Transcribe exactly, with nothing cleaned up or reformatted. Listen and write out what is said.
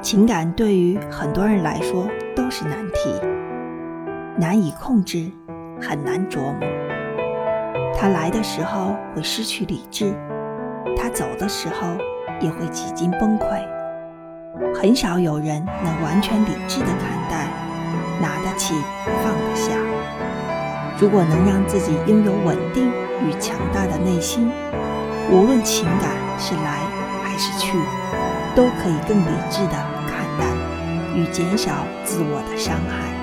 情感对于很多人来说都是难题，难以控制，很难琢磨。它来的时候会失去理智，它走的时候也会几经崩溃。很少有人能完全理智地看待，拿得起放得下。如果能让自己拥有稳定与强大的内心，无论情感是来还是去，都可以更理智地看待与减少自我的伤害。